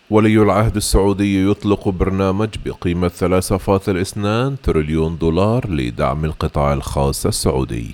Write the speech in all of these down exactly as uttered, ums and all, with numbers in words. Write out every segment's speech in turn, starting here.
ولي العهد السعودي يطلق برنامج بقيمة ثلاثة فاصلة اثنين تريليون دولار لدعم القطاع الخاص السعودي.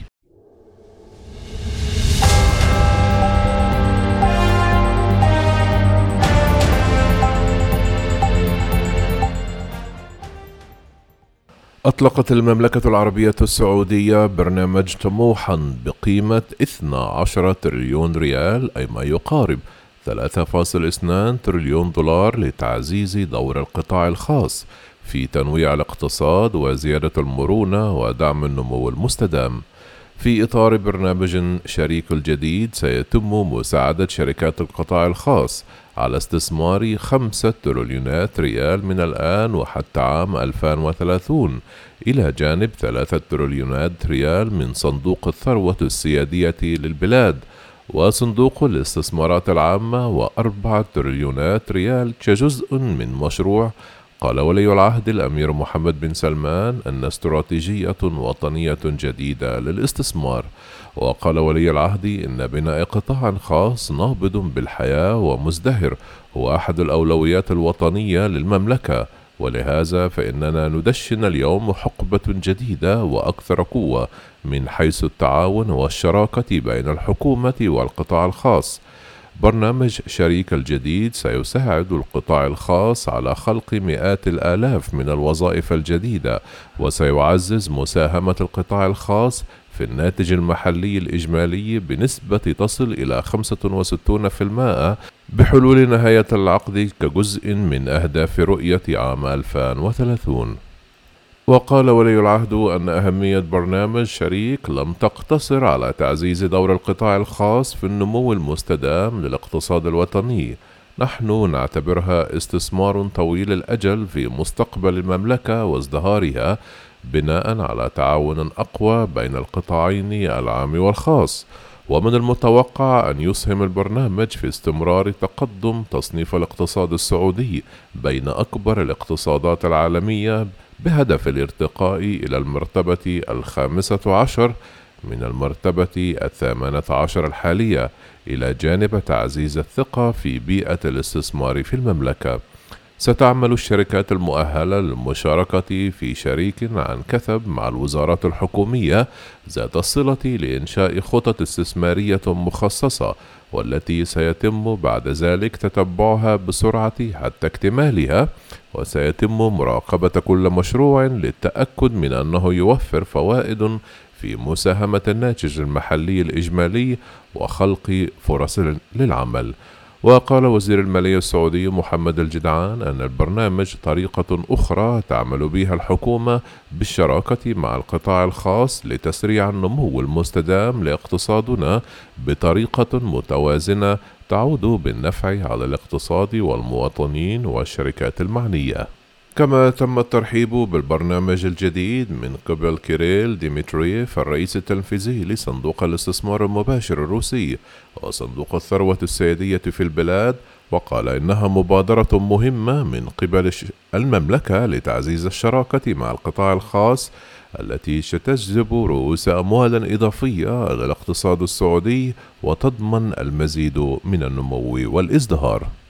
أطلقت المملكة العربية السعودية برنامج طموحا بقيمة اثني عشر تريليون ريال، أي ما يقارب ثلاثة فاصلة اثنين تريليون دولار، لتعزيز دور القطاع الخاص في تنويع الاقتصاد وزيادة المرونة ودعم النمو المستدام. في إطار برنامج شريك الجديد، سيتم مساعدة شركات القطاع الخاص على استثمار خمسة تريليونات ريال من الآن وحتى عام ألفين وثلاثين، إلى جانب ثلاثة تريليونات ريال من صندوق الثروة السيادية للبلاد وصندوق الاستثمارات العامة، وأربعة تريليونات ريال كجزء من مشروع. قال ولي العهد الأمير محمد بن سلمان أن استراتيجية وطنية جديدة للاستثمار. وقال ولي العهد إن بناء قطاع خاص نابض بالحياة ومزدهر هو أحد الأولويات الوطنية للمملكة، ولهذا فإننا ندشن اليوم حقبة جديدة وأكثر قوة من حيث التعاون والشراكة بين الحكومة والقطاع الخاص. برنامج شريك الجديد سيساعد القطاع الخاص على خلق مئات الآلاف من الوظائف الجديدة، وسيعزز مساهمة القطاع الخاص في الناتج المحلي الإجمالي بنسبة تصل إلى خمسة وستين بالمئة بحلول نهاية العقد، كجزء من أهداف رؤية عام ألفين وثلاثين. وقال ولي العهد أن أهمية برنامج شريك لم تقتصر على تعزيز دور القطاع الخاص في النمو المستدام للاقتصاد الوطني. نحن نعتبرها استثمار طويل الأجل في مستقبل المملكة وازدهارها، بناء على تعاون أقوى بين القطاعين العام والخاص. ومن المتوقع أن يسهم البرنامج في استمرار تقدم تصنيف الاقتصاد السعودي بين أكبر الاقتصادات العالمية، بهدف الارتقاء إلى المرتبة الخامسة عشر من المرتبة الثامنة عشر الحالية، إلى جانب تعزيز الثقة في بيئة الاستثمار في المملكة. ستعمل الشركات المؤهلة للمشاركة في شريك عن كثب مع الوزارات الحكومية ذات الصلة لإنشاء خطط استثمارية مخصصة، والتي سيتم بعد ذلك تتبعها بسرعة حتى اكتمالها، وسيتم مراقبة كل مشروع للتأكد من أنه يوفر فوائد في مساهمة الناتج المحلي الإجمالي وخلق فرص للعمل. وقال وزير المالية السعودي محمد الجدعان أن البرنامج طريقة أخرى تعمل بها الحكومة بالشراكة مع القطاع الخاص لتسريع النمو المستدام لاقتصادنا بطريقة متوازنة تعود بالنفع على الاقتصاد والمواطنين والشركات المعنية. كما تم الترحيب بالبرنامج الجديد من قبل كيريل ديمترييف الرئيس التنفيذي لصندوق الاستثمار المباشر الروسي وصندوق الثروة السيادية في البلاد، وقال إنها مبادرة مهمة من قبل المملكة لتعزيز الشراكة مع القطاع الخاص، التي ستجذب رؤوس أموال إضافية إلى الاقتصاد السعودي وتضمن المزيد من النمو والازدهار.